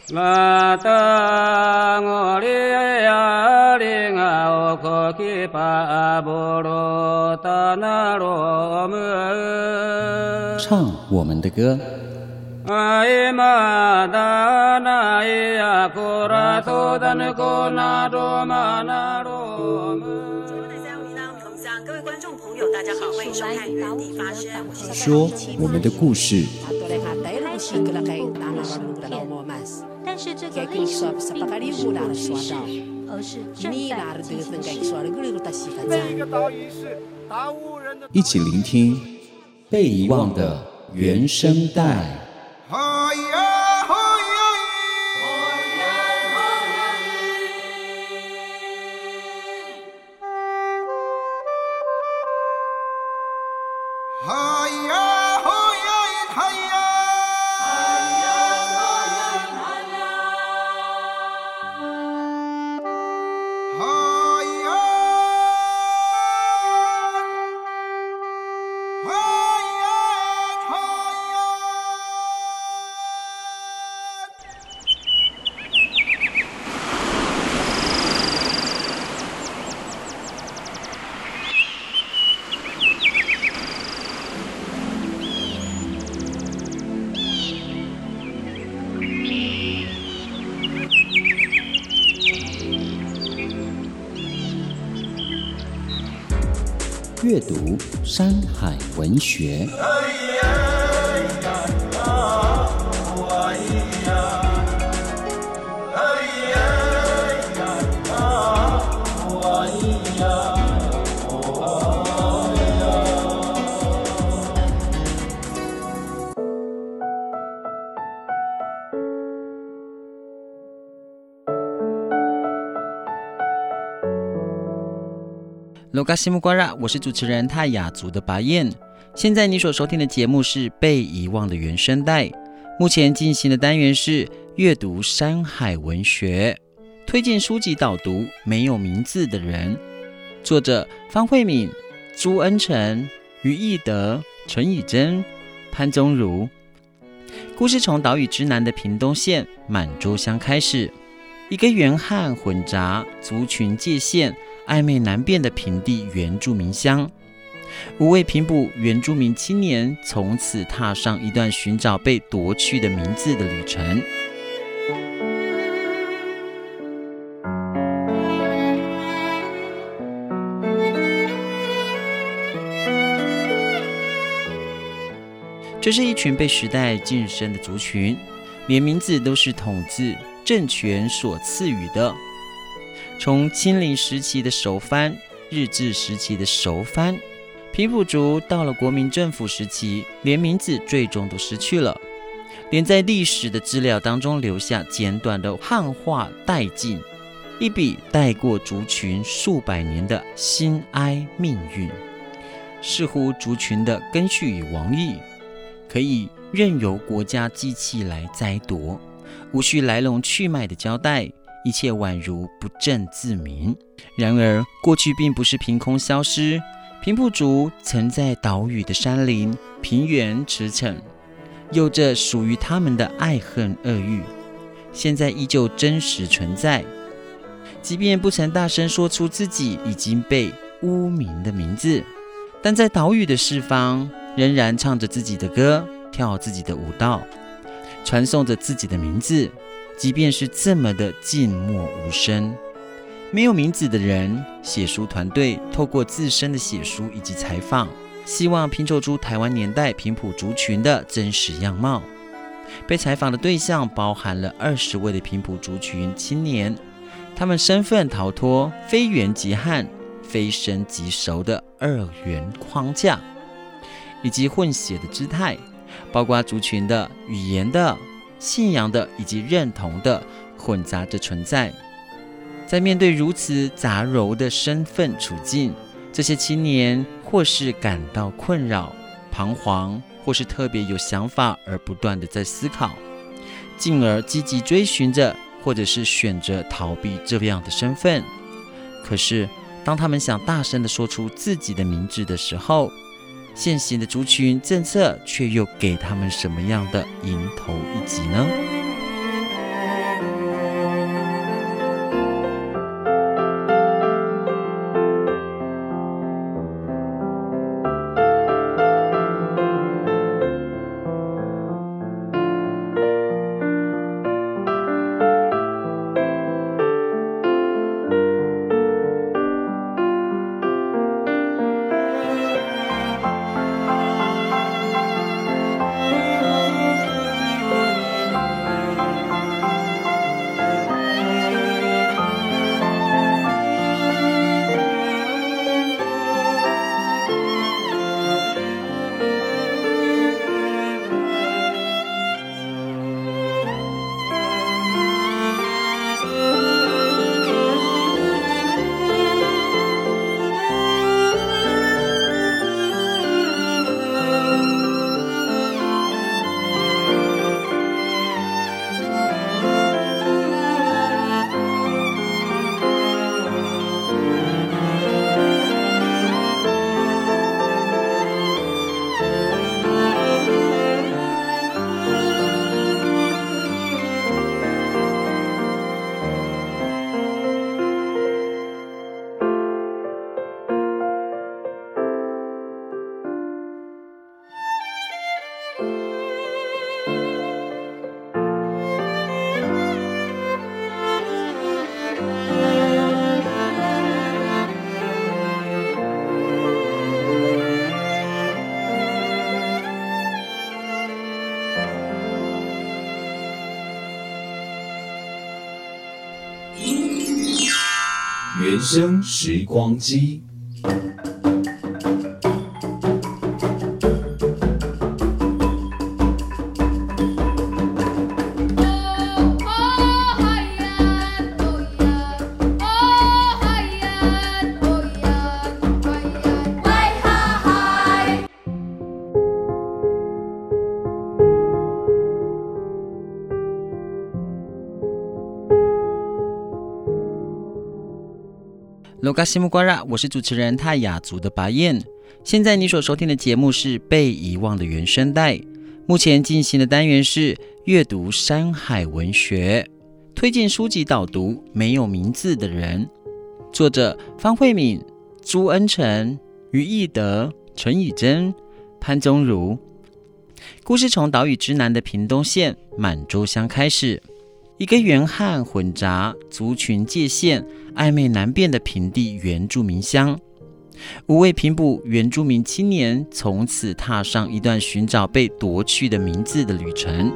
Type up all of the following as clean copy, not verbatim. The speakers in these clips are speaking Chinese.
唱我们的歌。 各位观众朋友大家好，欢迎收看原地发声， 说我们的故事。 但是这个历史并不是过去式，而是正在进行式。 一起聆听被遗忘的原声带。阅读山海文学。 罗嘎西木瓜拉，我是主持人泰雅族的巴彦。现在你所收听的节目是《被遗忘的原声带》，目前进行的单元是阅读山海文学，推荐书籍导读《没有名字的人》，作者方慧敏、朱恩成、于义德、陈以贞、潘宗如。故事从岛屿之南的屏东县满洲乡开始，一个原汉混杂、族群界限暧昧难辨的平地原住民乡，5位平埔原住民青年从此踏上一段寻找被夺去的名字的旅程。这是一群被时代晋升的族群，连名字都是统治政权所赐予的。从清领时期的熟番、日治时期的熟番，平埔族到了国民政府时期，连名字最终都失去了，连在历史的资料当中留下简短的汉化殆尽，一笔带过族群数百年的心哀命运，似乎族群的根序与亡佚，可以任由国家机器来摘夺，无需来龙去脉的交代，一切宛如不正自明。然而过去并不是凭空消失，平埔族曾在岛屿的山林、平原驰骋，有着属于他们的爱恨恶欲，现在依旧真实存在。即便不曾大声说出自己已经被污名的名字，但在岛屿的四方仍然唱着自己的歌，跳自己的舞蹈，传颂着自己的名字，即便是这么的静默无声。没有名字的人写书团队透过自身的写书以及采访，希望拼凑出台湾年代平埔族群的真实样貌。被采访的对象包含了20位的平埔族群青年，他们身份逃脱非原即汉、非生即熟的2元框架，以及混血的姿态，包括族群的、语言的、信仰的以及认同的混杂着存在。在面对如此杂糅的身份处境，这些青年或是感到困扰、彷徨，或是特别有想法而不断的在思考，进而积极追寻着，或者是选择逃避这样的身份。可是当他们想大声的说出自己的名字的时候，现行的族群政策却又给他们什么样的迎头一击呢？ 原声时光机。 罗嘎西木瓜拉，我是主持人泰雅族的巴彦。现在你所收听的节目是《被遗忘的原声带》，目前进行的单元是阅读山海文学，推荐书籍导读《没有名字的人》，作者方慧敏、朱恩成、于义德、陈以贞、潘宗如。故事从岛屿之南的屏东县满洲乡开始，一个原汉混杂、族群界限暧昧难辨的平地原住民乡，5位平埔原住民青年从此踏上一段寻找被夺去的名字的旅程。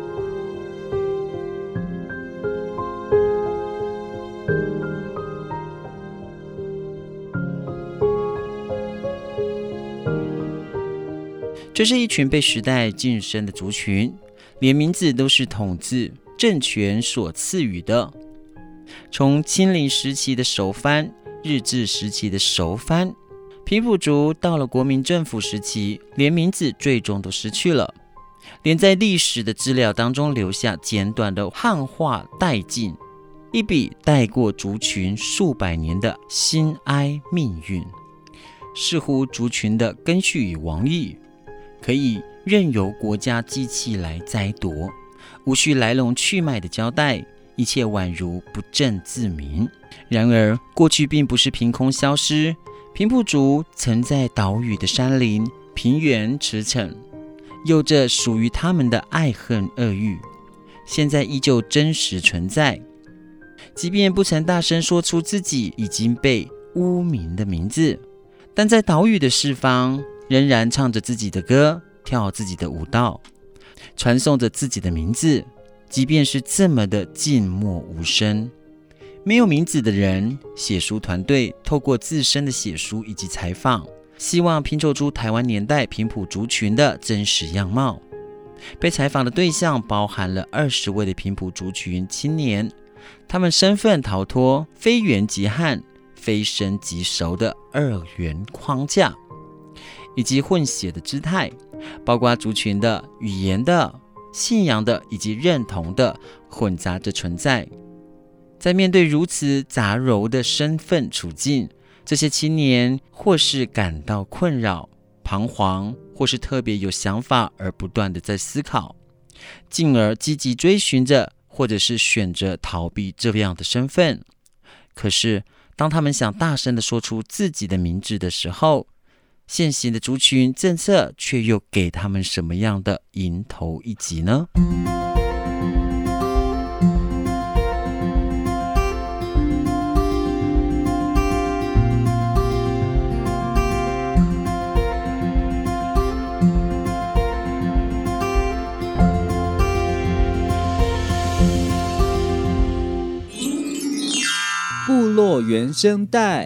这是一群被时代晋升的族群，连名字都是统治政权所赐予的。从清领时期的熟番、日治时期的熟番，平埔族到了国民政府时期，连名字最终都失去了，连在历史的资料当中留下简短的汉化殆尽，一笔带过族群数百年的心哀命运，似乎族群的根序与亡佚，可以任由国家机器来摘夺，无需来龙去脉的交代，一切宛如不正自明。然而过去并不是凭空消失，平埔族曾在岛屿的山林、平原驰骋，有着属于他们的爱恨恶欲，现在依旧真实存在。即便不曾大声说出自己已经被污名的名字，但在岛屿的四方仍然唱着自己的歌，跳自己的舞蹈，传颂着自己的名字，即便是这么的静默无声。没有名字的人写书团队透过自身的写书以及采访，希望拼凑出台湾年代平埔族群的真实样貌。被采访的对象包含了20位的平埔族群青年，他们身份逃脱非原即汉、非生即熟的2元框架，以及混血的姿态，包括族群的、语言的、信仰的以及认同的混杂着存在。在面对如此杂糅的身份处境，这些青年或是感到困扰、彷徨，或是特别有想法而不断的在思考，进而积极追寻着，或者是选择逃避这样的身份。可是当他们想大声的说出自己的名字的时候，现行的族群政策却又给他们什么样的迎头一击呢？ 部落原声带。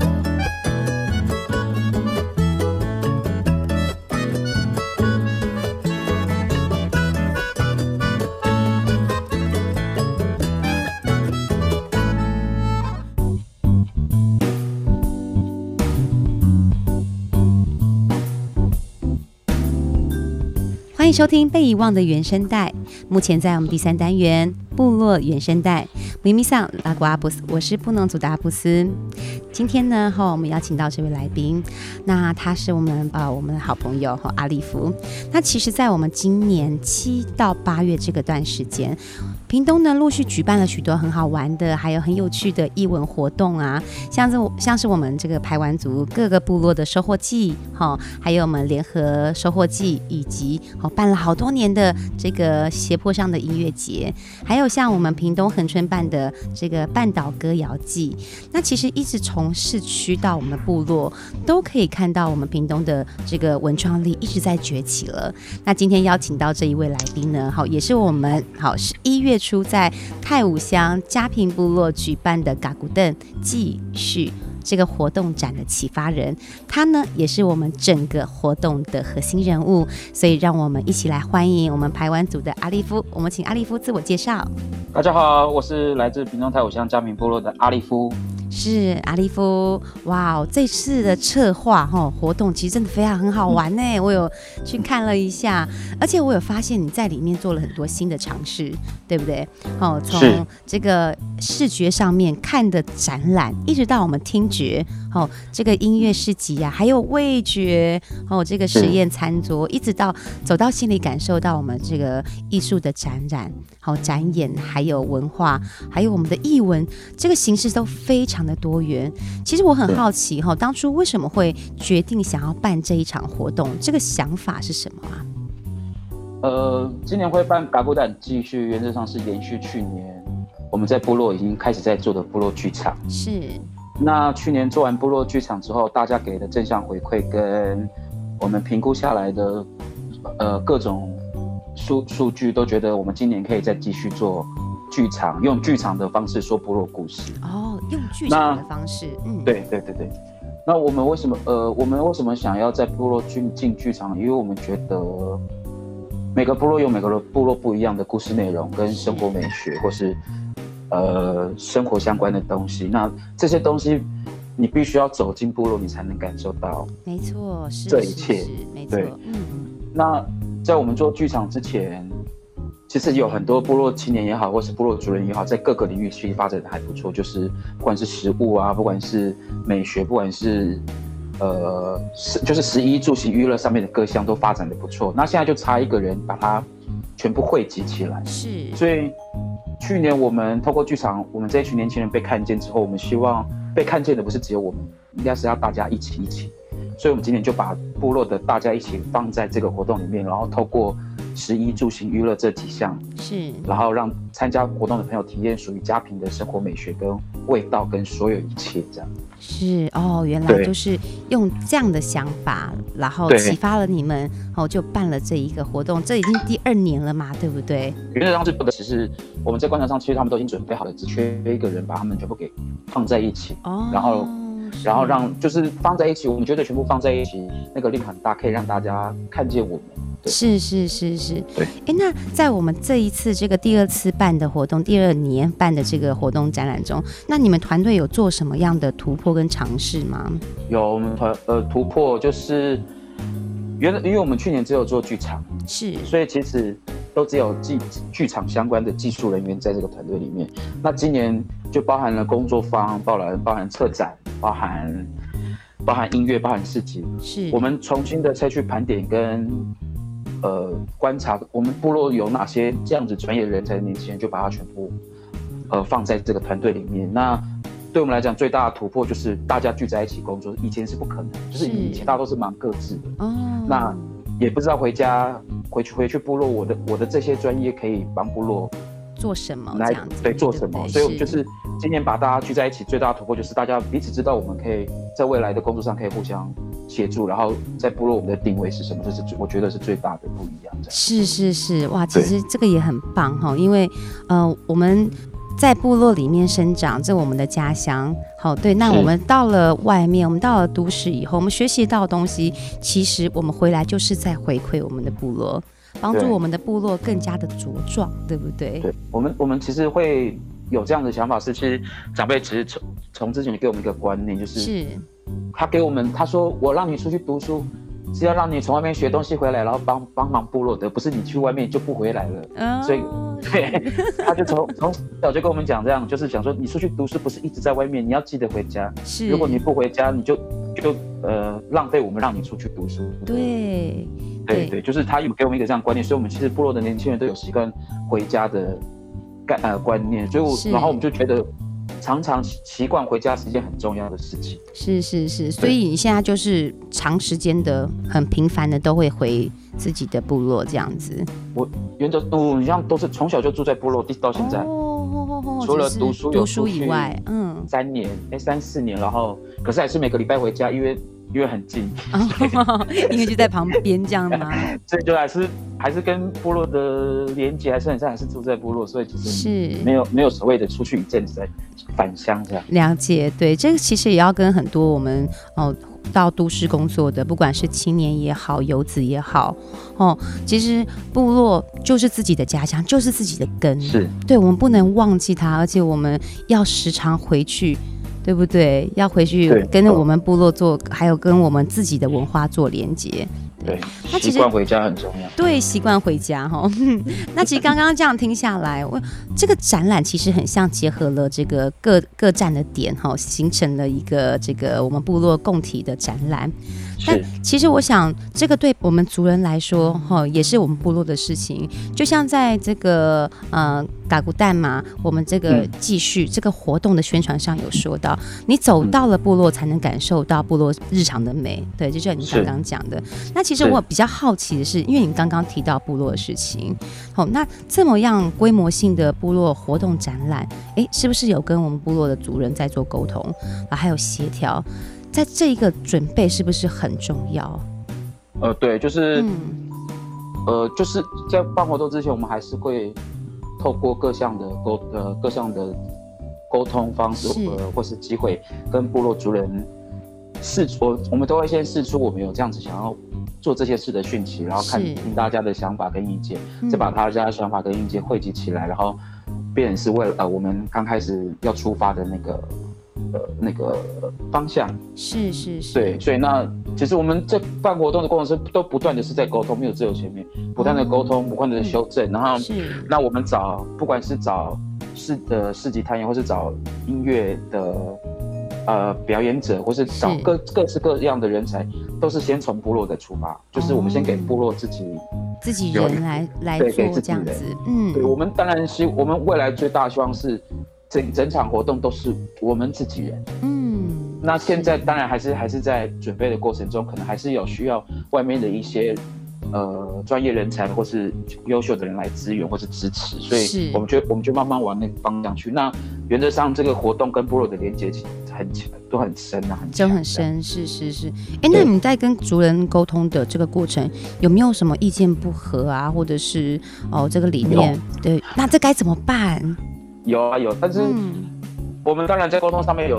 欢迎收听《被遗忘的原声带》，目前在我们第3单元部落原声带。咪咪桑拉古阿布斯，我是布农族的阿布斯。今天呢，我们邀请到这位来宾，那他是我们的好朋友阿利夫。那其实，在我们今年7到8月这个段时间，屏东呢陆续举办了许多很好玩的，还有很有趣的艺文活动啊，像是我们这个排湾族各个部落的收获季，还有我们联合收获季，以及办了好多年的这个斜坡上的音乐节，还有像我们屏东恒春办的这个半岛歌谣季。那其实一直从从市区到我们的部落，都可以看到我们屏东的这个文创力一直在崛起了。那今天邀请到这一位来宾呢，也是我们11月初在太武乡嘉平部落举办的嘎古邓继续这个活动展的启发人，他呢也是我们整个活动的核心人物，所以让我们一起来欢迎我们排湾族的阿利夫。我们请阿利夫自我介绍。 大家好，我是来自屏东太武乡嘉平部落的阿利夫。 是阿利夫，哇，这次的策划活动其实真的非常很好玩呢，我有去看了一下，而且我有发现你在里面做了很多新的尝试，对不对？从这个视觉上面看的展览，一直到我们听觉，这个音乐市集啊，还有味觉，这个实验餐桌，一直到走到心里感受到我们这个艺术的展览、展演，还有文化，还有我们的艺文，这个形式都非常的多元。其实我很好奇，当初为什么会决定想要办这一场活动？这个想法是什么啊？ 今年会办嘎古蛋继续，原则上是延续去年我们在部落已经开始在做的部落剧场。 是。 那去年做完部落剧场之后，大家给的正向回馈跟我们评估下来的各种数据，都觉得我们今年可以再继续做剧场，用剧场的方式说部落故事。 用剧场的方式， 对。那我们为什么想要在部落进剧场？因为我们觉得每个部落有每个部落不一样的故事内容，跟生活美学或是生活相关的东西。那这些东西你必须要走进部落，你才能感受到。 没错，是这一切， 没错。 对，那在我们做剧场之前，其实有很多部落青年也好，或是部落族人也好，在各个领域其实发展的还不错，就是不管是食物啊，不管是美学，不管是就是食衣住行娱乐上面的各项都发展的不错。那现在就差一个人把它全部汇集起来。 是。 所以去年我们透过剧场，我们这一群年轻人被看见之后，我们希望被看见的不是只有我们，应该是要大家一起。所以我们今年就把部落的大家一起放在这个活动里面，然后透过食衣住行娱乐这几项， 是， 然后让参加活动的朋友体验属于嘉平的生活美学跟味道跟所有一切这样。 是原来就是用这样的想法，然后启发了你们，就办了这一个活动。这已经第2年了嘛，对不对？ 原则上是其实我们在观察上，其实他们都已经准备好了，只缺一个人把他们全部给放在一起，然后让就是放在一起，我们觉得全部放在一起，那个力很大，可以让大家看见我们。 是。对。那在我们这一次这个第2次办的活动，第2年办的这个活动展览中，那你们团队有做什么样的突破跟尝试吗？ 有，我们突破就是因为我们去年只有做剧场， 是， 所以其实都只有剧场相关的技术人员在这个团队里面。那今年就包含了工作坊，包含策展，包含音乐，包含市集。 是，我们重新的再去盘点跟观察我们部落有哪些这样子专业人才的年轻人，就把它全部放在这个团队里面。那对我们来讲，最大的突破就是大家聚在一起工作，以前是不可能，就是以前大家都是忙各自的。那也不知道回去部落，我的这些专业可以帮部落做什么这样子？ 对，做什么？所以我们就是今年把大家聚在一起，最大的突破就是大家彼此知道我们可以在未来的工作上可以互相协助，然后在部落我们的定位是什么，这是我觉得是最大的不一样。 是，哇，其实这个也很棒因为我们在部落里面生长，这我们的家乡。对，那我们到了外面，我们到了都市以后，我们学习到的东西，其实我们回来就是在回馈我们的部落，帮助我们的部落更加的茁壮，对不对？ 对，我们其实会有这样的想法，是其实长辈其实从之前给我们一个观念，就是他说我让你出去读书，是要让你从外面学东西回来，然后帮忙部落的，不是你去外面就不回来了。所以对，他就从小就跟我们讲这样，就是想说你出去读书不是一直在外面，你要记得回家。如果你不回家，你就浪费我们让你出去读书。对，就是他有给我们一个这样的观念，所以我们其实部落的年轻人都有习惯回家的观念，所以然后我们就觉得常常习惯回家是一件很重要的事情。 是，所以你现在就是长时间的、很频繁的都会回自己的部落这样子。 我原则你像都是从小就住在部落到现在。 除了读书以外 ，3、4年，然后可是还是每个礼拜回家，因为很近， 因为就在旁边这样吗？ 所以就还是跟部落的连结还是很像，还是住在部落，所以其实没有所谓的出去一阵子再返乡这样。 了解，对，这个其实也要跟很多我们到都市工作的，不管是青年也好，游子也好，其实部落就是自己的家乡，就是自己的根， 是对，我们不能忘记它，而且我们要时常回去。对不对？要回去跟我们部落做，还有跟我们自己的文化做连接。 对，习惯回家很重要。 对，习惯回家哈。那其实刚刚这样听下来，这个展览其实很像结合了这个各站的点哈，形成了一个这个我们部落共体的展览。但其实我想，这个对我们族人来说，也是我们部落的事情。就像在这个嘎古蛋嘛，我们这个继续这个活动的宣传上有说到，你走到了部落，才能感受到部落日常的美。对，就像你刚刚讲的。那其实我比较好奇的是，因为你刚刚提到部落的事情，那这么样规模性的部落活动展览，是不是有跟我们部落的族人在做沟通，还有协调？在这一个准备是不是很重要？ 对，就是，就是在办活动之前，我们还是会透过各项的沟通方式，或是机会，跟部落族人我们都会先释出我们有这样子想要做这些事的讯息，然后听大家的想法跟意见，再把大家的想法跟意见汇集起来，然后变成是为了我们刚开始要出发的那个方向。是。对，所以那其实我们在办活动的过程中都不断的是在沟通，没有只有前面不断的沟通，不断的修正，然后那我们不管是找市集探员，或是找音乐的表演者，或是找各式各样的人才，都是先从部落的出发，就是我们先给部落自己人来做这样子。 对，我们当然我们未来最大的希望是整场活动都是我们自己人。那现在当然还是在准备的过程中，可能还是有需要外面的一些专业人才或是优秀的人来支援或是支持，所以我们就慢慢往那个方向去。那原则上这个活动跟部落的连接都很深啊， 很深，是。那你在跟族人沟通的这个过程，有没有什么意见不合啊，或者是这个理念？对，那这该怎么办？ 有，但是我们当然在沟通上面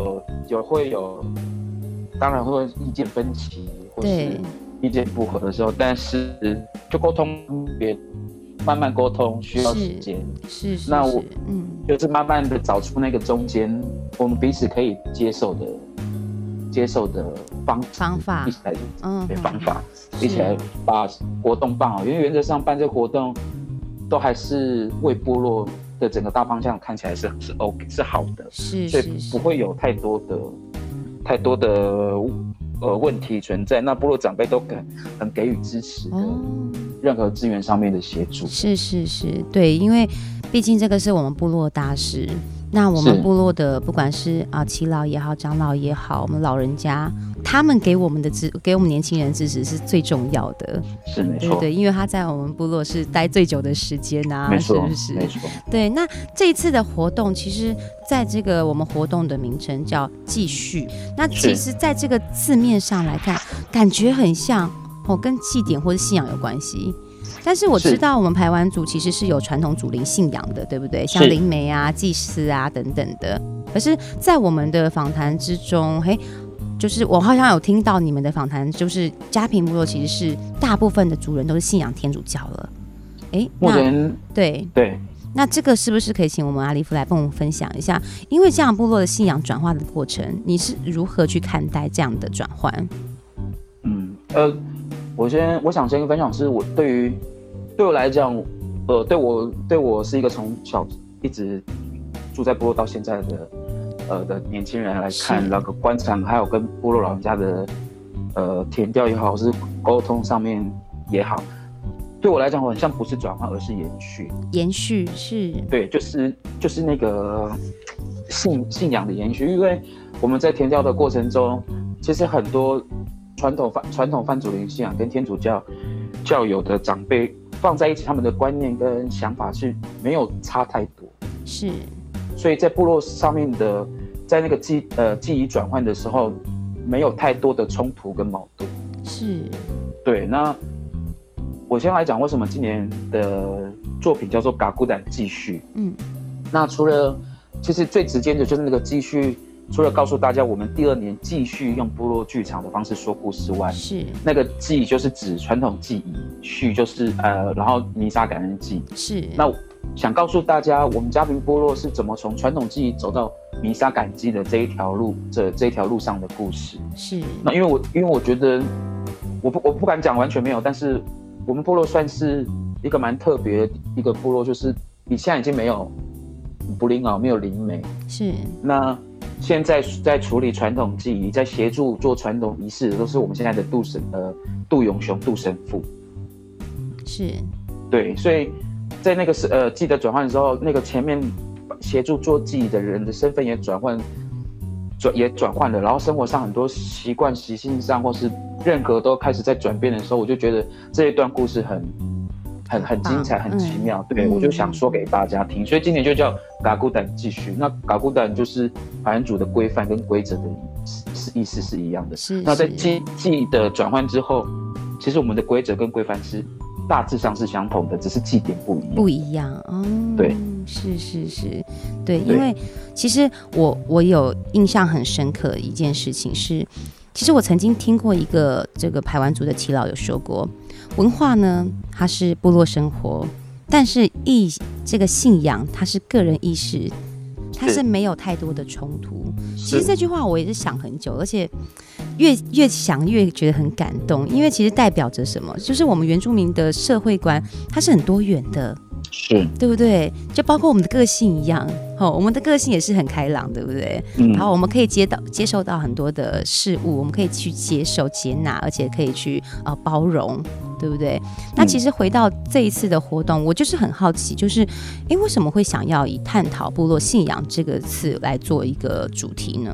当然会意见分歧，或是意见不合的时候，但是就沟通，慢慢沟通需要时间。 是。 那就是慢慢的找出那个中间我们彼此可以接受的方法，一起来方法，一起来把活动办好。因为原则上办这个活动，都还是为部落的整个大方向看起来是 OK 是好的，所以不会有太多的问题存在。那部落长辈都很给予支持的，任何资源上面的协助。是， 对，因为毕竟这个是我们部落的大事。那我们部落的不管是耆老也好，长老也好，我们老人家，他们给我们年轻人支持是最重要的。 是没错， 对，因为他在我们部落是待最久的时间啊，是不是？ 没错。对， 那这一次的活动，其实在这个我们活动的名称叫继续。那其实在这个字面上来看，感觉很像跟祭典或者信仰有关系。但是我知道我们排湾族其实是有传统祖灵信仰的，对不对？像灵媒啊、祭司啊等等的。可是，在我们的访谈之中，就是我好像有听到你们的访谈，就是嘉平部落其实是大部分的族人都是信仰天主教了。 目前对。那这个是不是可以请我们阿里夫来跟我们分享一下？因为这样部落的信仰转化的过程，你是如何去看待这样的转换？ 我想先分享是对我来讲，对我是一个从小一直住在部落到现在的年轻人来看，那个观察还有跟部落老人家的田调也好，是沟通上面也好，对我来讲，好像不是转换，而是延续。 延续是。对， 就是那个信仰的延续，因为我们在田调的过程中，其实很多传统泛祖灵信仰跟天主教友的长辈放在一起，他们的观念跟想法是没有差太多。 是。 所以在部落上面的，在那个记忆转换的时候，没有太多的冲突跟矛盾。 是， 对。那我先来讲为什么今年的作品叫做《嘎古胆继续》。那除了其实最直接的就是那个继续，除了告诉大家我们第2年继续用部落剧场的方式说故事外， 是那个祭就是指传统技艺，续就是然后弥撒感恩祭。是。那想告诉大家，我们嘉明部落是怎么从传统技艺走到弥撒感恩祭的这一条路上的故事。是。那因为我觉得我不敢讲完全没有，但是我们部落算是一个蛮特别的一个部落，就是你现在已经没有不灵鳌，没有灵媒。是。那现在在处理传统技艺，在协助做传统仪式的都是我们现在的杜永雄杜神父。是。对，所以在那个祭的转换的时候，那个前面协助做祭的人的身份也转换了，然后生活上很多习惯习性上或是任何都开始在转变的时候，我就觉得这一段故事很精彩，很奇妙。对，我就想说给大家听，所以今年就叫嘎古胆继续。那嘎古胆就是排湾族的规范跟规则的意思是一样的。是。那在祭的转换之后，其实我们的规则跟规范是大致上是相同的，只是祭典不一样。哦。对。是。对，因为其实我有印象很深刻的一件事情是，其实我曾经听过一个这个排湾族的耆老有说过，文化呢它是部落生活，但是这个信仰它是个人意识，它是没有太多的冲突。其实这句话我也是想很久，而且越想越觉得很感动，因为其实代表着什么？就是我们原住民的社会观它是很多元的。是，对不对？就包括我们的个性一样，我们的个性也是很开朗，对不对？然后我们可以接受到很多的事物，我们可以去接受、接纳，而且可以去包容，对不对？那其实回到这一次的活动，我就是很好奇，就是为什么会想要以探讨部落信仰这个词来做一个主题呢？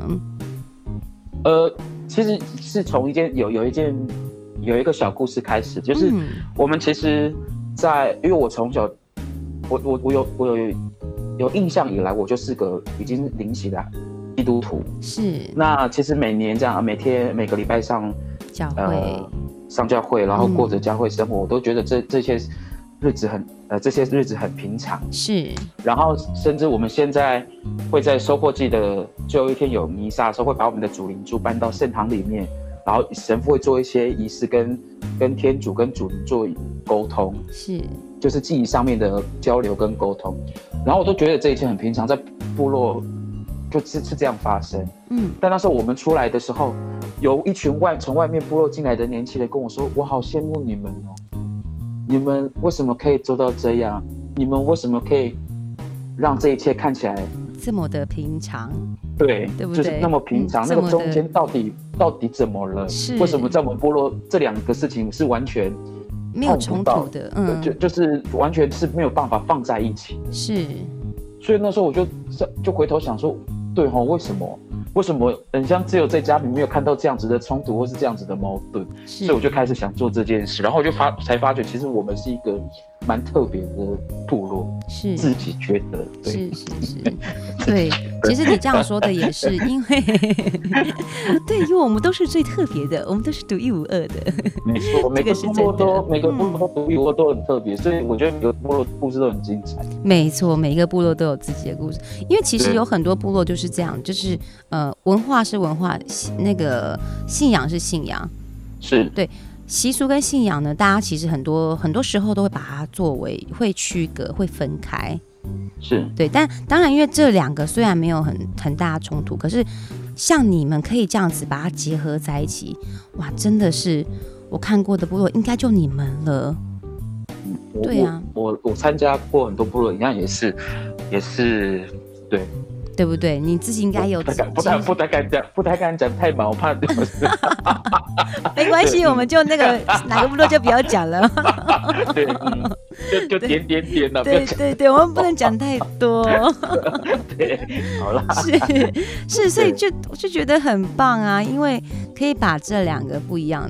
其实是从有一个小故事开始，就是我们其实因为我从小。我有印象以来，我就是个已经灵洗的基督徒。是。那其实每年这样，每个礼拜上教会，然后过着教会生活，我都觉得这些日子很平常。是。然后甚至我们现在会在收获季的最后一天有弥撒的时候，会把我们的主灵柱搬到圣堂里面，然后神父会做一些仪式跟天主跟主灵做沟通。是。就是记忆上面的交流跟沟通，然后我都觉得这一切很平常，在部落就是这样发生。但那时候我们出来的时候，有一群从外面部落进来的年轻人跟我说：“我好羡慕你们哦，你们为什么可以做到这样？你们为什么可以让这一切看起来这么的平常？ 对，对不对？就是那么平常，那个中间到底怎么了？为什么在我们部落这2个事情是完全没有冲突的， 就是完全是没有办法放在一起。是，所以那时候我就回头想说，对吼，为什么很像只有在家里没有看到这样子的冲突或是这样子的矛盾，所以我就开始想做这件事，然后我就才发觉，其实我们是一个蛮特别的部落，是自己觉得，对， 是，对，其实你这样说的也是，因为对，因为我们都是最特别的，我们都是独一无二的， 没错，每个部落都独一无二，都很特别，所以我觉得每个部落的故事都很精彩。 没错，每一个部落都有自己的故事，因为其实有很多部落就是这样，就是文化是文化，那个信仰是信仰，是对。习俗跟信仰呢，大家其实很多时候都会把它作为会区隔、会分开，是对。但当然，因为这2个虽然没有很大的冲突，可是像你们可以这样子把它结合在一起，哇，真的是我看过的部落，应该就你们了。对啊， 我参加过很多部落，一样也是对。 对不对？你自己应该有不太敢讲太毛，怕没关系，我们就那个哪个部落就不要讲了。 对，就点了。 对，我们不能讲太多。 对，好啦。 是，所以我就觉得很棒啊，因为可以把这2个不一样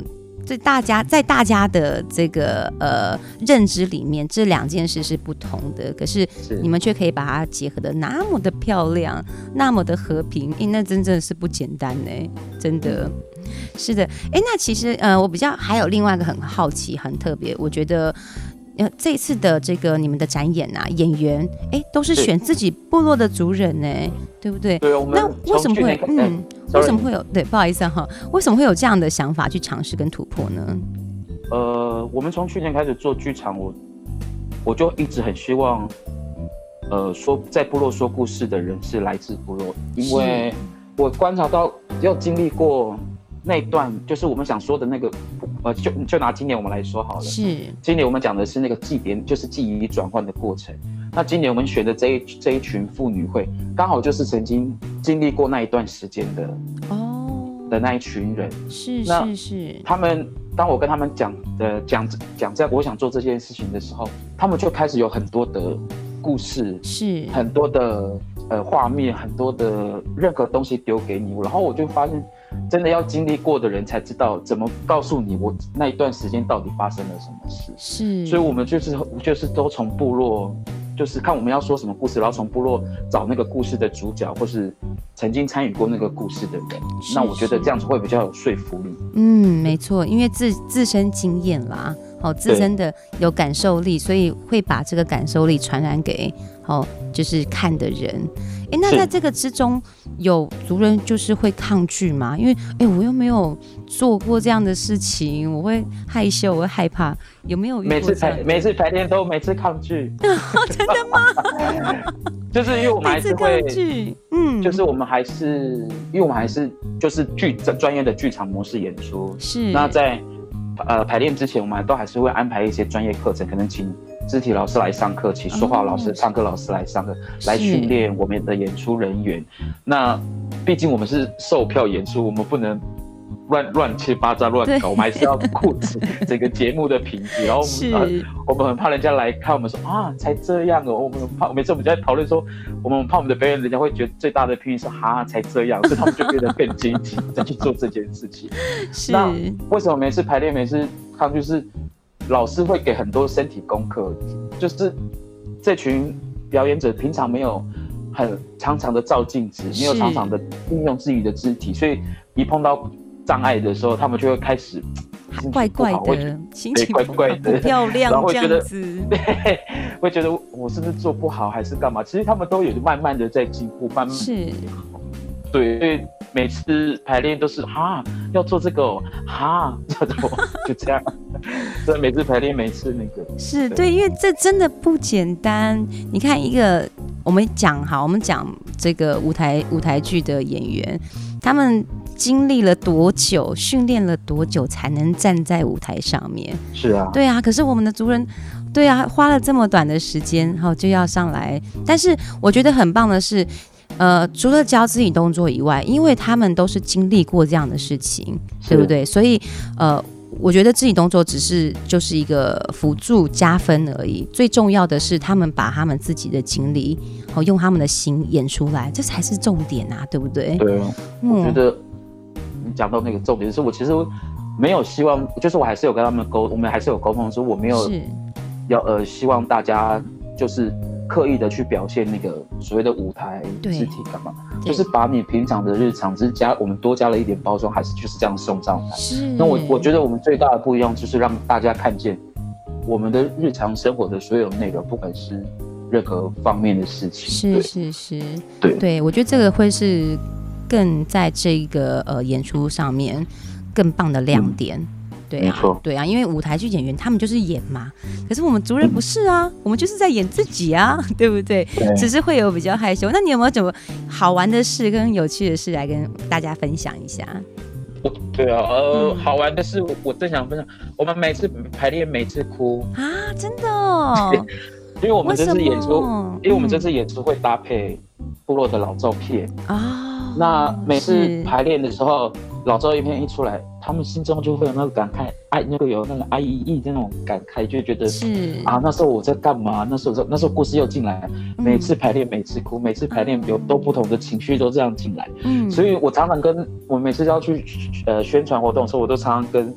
在大家的这个认知里面，这两件事是不同的，可是你们却可以把它结合的那么的漂亮，那么的和平，那真正是不简单呢，真的。是的，那其实我比较还有另外一个很好奇、很特别，我觉得这一次的这个你们的展演啊，演员都是选自己部落的族人呢，对不对？ 对，我们那为什么会为什么会有对？不好意思哈，为什么会有这样的想法去尝试跟突破呢？ 我们从去年开始做剧场，我就一直很希望，说在部落说故事的人是来自部落，因为我观察到要经历过那一段，就是我们想说的那个，就拿今年我们来说好了。是，今年我们讲的是那个祭典，就是记忆转换的过程。那今年我们选的这一群妇女会，刚好就是曾经经历过那一段时间的那一群人。是。他们当我跟他们讲这样，我想做这件事情的时候，他们就开始有很多的故事，是很多的画面，很多的任何东西丢给你，然后我就发现，真的要经历过的人才知道怎么告诉你我那一段时间到底发生了什么事。是，所以我们就是都从部落，就是看我们要说什么故事，然后从部落找那个故事的主角，或是曾经参与过那个故事的人。那我觉得这样子会比较有说服力。没错，因为自身经验啦，自身的有感受力，所以会把这个感受力传染给就是看的人。那在这个之中，有族人就是会抗拒吗？因为我又没有做过这样的事情，我会害羞，我会害怕。有没有遇过每次排练都每次抗拒？ 真的吗？ 就是因为我们还是会，就是我们还是因为我们还是就是专业的剧场模式演出。是。那在排练之前，我们都还是会安排一些专业课程，可能请肢体老师来上课，请说话老师、唱歌老师来上课，来训练我们的演出人员。那毕竟我们是售票演出，我们不能乱七八糟乱搞，我们还是要顾整个节目的品质。然后我们很怕人家来看我们说才这样哦，每次我们就在讨论说，我们怕我们的表演人家会觉得最大的批评是才这样，所以他们就变得更积极再去做这件事情。那为什么每次排练每次抗拒是？老师会给很多身体功课，就是这群表演者平常没有很常常的照镜子，没有常常的运用自己的肢体，所以一碰到障碍的时候，他们就会开始怪怪的，心情怪怪的，不漂亮，然后会觉得对，会觉得我是不是做不好还是干嘛？其实他们都有慢慢的在进步，慢慢是，对，所以每次排练都是要做这个就这样。所以每次排练，每次那个是对，因为这真的不简单。你看我们讲这个舞台剧的演员，他们经历了多久，训练了多久才能站在舞台上面？是啊，对啊。可是我们的族人，对啊，花了这么短的时间，就要上来。但是我觉得很棒的是，除了教肢体动作以外，因为他们都是经历过这样的事情，对不对？所以我觉得肢体动作就是一个辅助加分而已，最重要的是他们把他们自己的经历，用他们的心演出来，这才是重点啊，对不对？对， 我觉得你讲到那个重点是，我其实没有希望，就是我还是有跟他们我们还是有沟通，说我没有希望大家就是刻意的去表现那个所谓的舞台肢体干嘛，就是把你平常的日常只是我们多加了一点包装，还是就是这样送上来。那我觉得我们最大的不一样就是让大家看见我们的日常生活的所有内容，不管是任何方面的事情。是，对，我觉得这个会是更在这个演出上面更棒的亮点。对啊，因为舞台剧演员他们就是演嘛，可是我们族人不是啊，我们就是在演自己啊，对不对？只是会有比较害羞。那你有没有什么好玩的事跟有趣的事来跟大家分享一下？ 对啊，好玩的事我正想分享。我们每次排练每次哭啊，真的哦。 因为我们这次演出，会搭配部落的老照片啊。那每次排练的时候，老照片一出来，他们心中就会有那个感慨，有那个哀意那种感慨，就觉得是那时候我在干嘛？那时候故事又进来，每次排练每次哭，每次排练有都不同的情绪都这样进来。所以我常常我每次要去宣传活动的时候，我都常常跟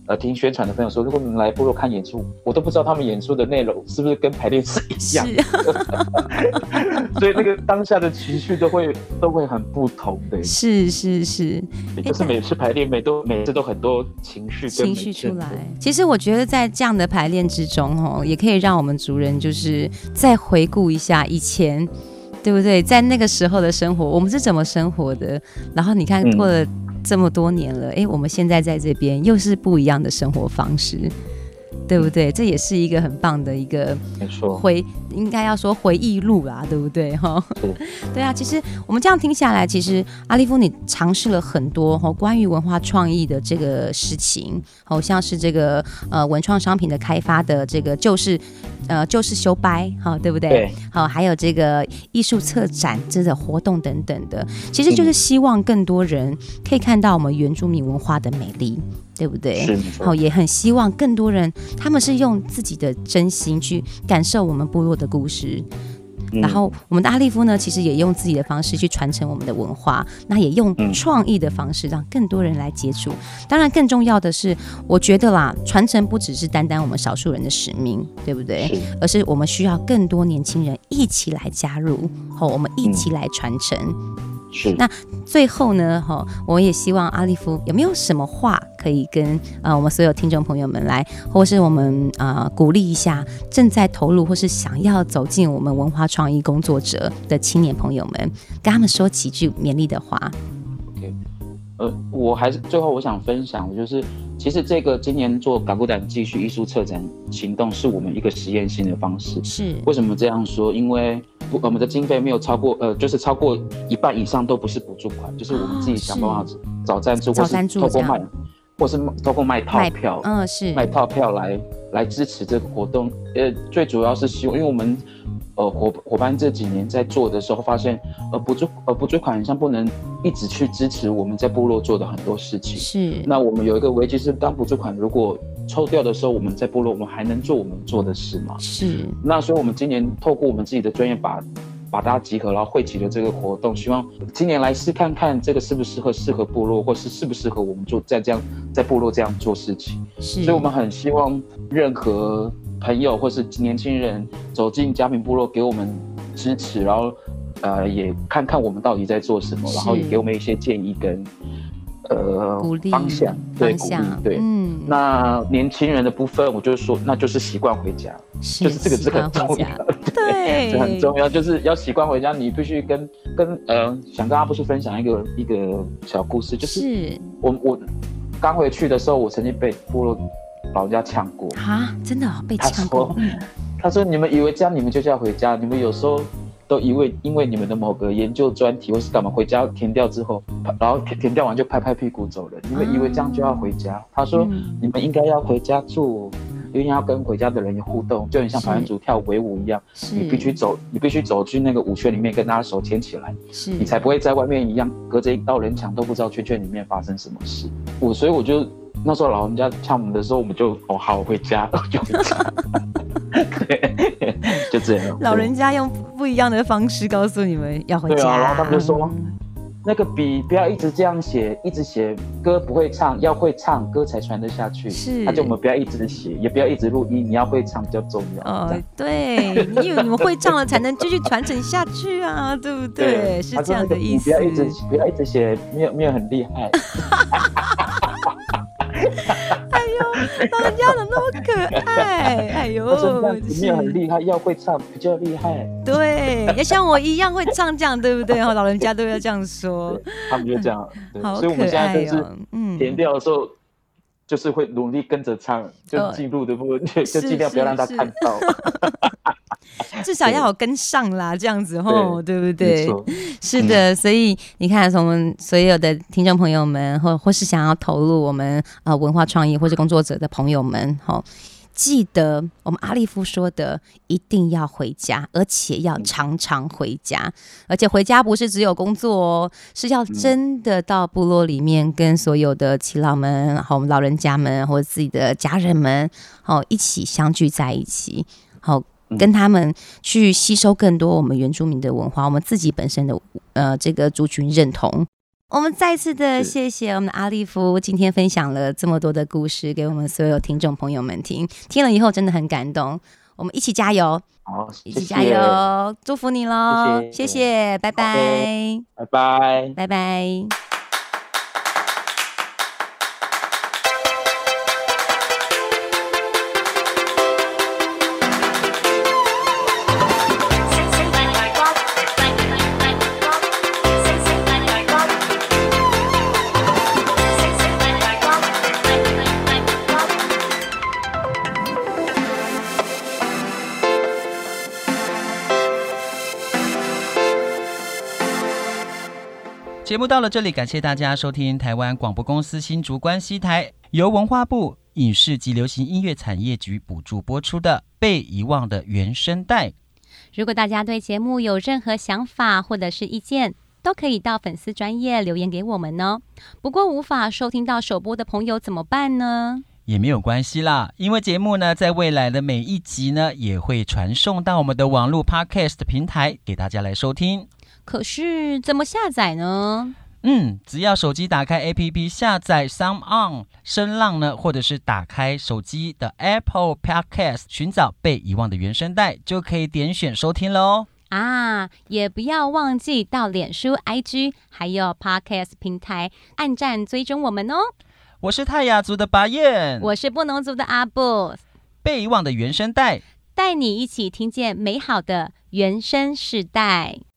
听宣传的朋友说，如果你们来部落看演出，我都不知道他们演出的内容是不是跟排练是一样的，所以那个当下的情绪都会很不同的。 是， 就是每次排练每次都很多情绪出来。其实我觉得在这样的排练之中，也可以让我们族人就是再回顾一下以前，对不对？在那个时候的生活，我们是怎么生活的？然后你看过了这么多年了，我们现在在这边又是不一样的生活方式，对不对？这也是一个很棒的一个应该要说回忆录啦，对不对？对啊，其实我们这样听下来，其实阿利夫你尝试了很多关于文化创意的这个事情，像是这个文创商品的开发的这个就是修掰，对不对？对。还有这个艺术策展这个活动等等的，其实就是希望更多人可以看到我们原住民文化的美丽。对不对？也很希望更多人他们是用自己的真心去感受我们部落的故事，然后我们的阿利夫呢，其实也用自己的方式去传承我们的文化，那也用创意的方式让更多人来接触。当然更重要的是，我觉得啦，传承不只是单单我们少数人的使命，对不对？而是我们需要更多年轻人一起来加入，我们一起来传承。那最后呢，我也希望阿利夫有没有什么话可以跟我们所有听众朋友们来，或是我们鼓励一下正在投入或是想要走进我们文化创意工作者的青年朋友们，跟他们说几句勉励的话。 我还是最后我想分享，就是其实这个今年做嘎古胆继续艺术策展行动是我们一个实验性的方式。是为什么这样说？因为我们的经费没有超过就是超过一半以上都不是补助款，就是我们自己想办法找赞助，或是透过卖，或是透过卖套票，卖套票来支持这个活动。最主要是希望，因为我们伙伴这几年在做的时候发现，补助款好像不能一直去支持我们在部落做的很多事情。是。那我们有一个危机是，当补助款如果抽掉的时候，我们在部落我们还能做我们做的事吗？是。那所以我们今年透过我们自己的专业把大家集合，然后汇集了这个活动，希望今年来试看看这个适不适合部落，或是适不适合我们做在部落这样做事情。是。所以我们很希望任何朋友或是年轻人走进嘉明部落，给我们支持，然后也看看我们到底在做什么，然后也给我们一些建议跟鼓励方向，对，鼓励，对。那年轻人的部分，我就说那就是习惯回家，就是这个是很重要，对，这很重要，就是要习惯回家。你必须想跟阿布斯分享一个小故事，就是我刚回去的时候，我曾经被部落老人家呛过啊！真的被呛过。他说：“你们以为这样你们就要回家？你们有时候都因为你们的某个研究专题或是干嘛回家填掉之后，然后填掉完就拍拍屁股走人。你们以为这样就要回家？”他说：“你们应该要回家住，因为要跟回家的人有互动，就很像排湾族跳围舞一样。你必须走去那个舞圈里面，跟大家手牵起来，你才不会在外面一样隔着一道人墙都不知道圈圈里面发生什么事。”所以我就。那时候老人家呛我们的时候，我们就好回家，就回家，对，就这样。 老人家用不一样的方式告诉你们要回家。对啊， 然后他们就说，那个笔不要一直这样写，一直写歌不会唱，要会唱歌才传得下去。是，那就我们不要一直写，也不要一直录音，你要会唱比较重要。 对，因为你们会唱了才能继续传承下去啊，对不对？是这样的意思。 不要一直写，没有很厉害。 哎呦，老人家怎么那么可爱？哎呦， 没有很厉害，要会唱比较厉害。 对，要像我一样会唱，这样对不对？老人家都要这样说， 他们就这样。所以我们现在就是填掉的时候，就是会努力跟着唱，就记录的部分就尽量不要让他看到。 至少要有跟上啦，这样子吼，对不对？是的，所以你看，我们所有的听众朋友们，或是想要投入我们文化创意或是工作者的朋友们，记得我们阿利夫说的，一定要回家，而且要常常回家，而且回家不是只有工作哦，是要真的到部落里面跟所有的耆老们、然后我们老人家们或者自己的家人们，一起相聚在一起，跟他们去吸收更多我们原住民的文化，我们自己本身的这个族群认同。 我们再次的谢谢我们的阿利夫今天分享了这么多的故事给我们所有听众朋友们听了以后真的很感动，我们一起加油， 好， 一起加油，祝福你咯，谢谢，拜拜， 拜拜， 拜拜。 节目到了这里，感谢大家收听台湾广播公司新竹关西台由文化部影视及流行音乐产业局补助播出的《被遗忘的原声带》。 如果大家对节目有任何想法或者是意见，都可以到粉丝专页留言给我们哦。不过无法收听到首播的朋友怎么办呢？ 也没有关系啦，因为节目呢，在未来的每一集呢，也会传送到我们的网络 Podcast 平台给大家来收听。 可是怎么下载呢？ 只要手机打开 APP 下载 SoundOn 声浪呢，或者是打开手机的 Apple Podcast 寻找被遗忘的原声带，就可以点选收听咯。 也不要忘记到脸书 IG 还有 Podcast 平台按赞追踪我们哦。 我是泰雅族的巴彦， 我是布农族的阿布， 被遗忘的原声带， 带你一起听见美好的原声世代。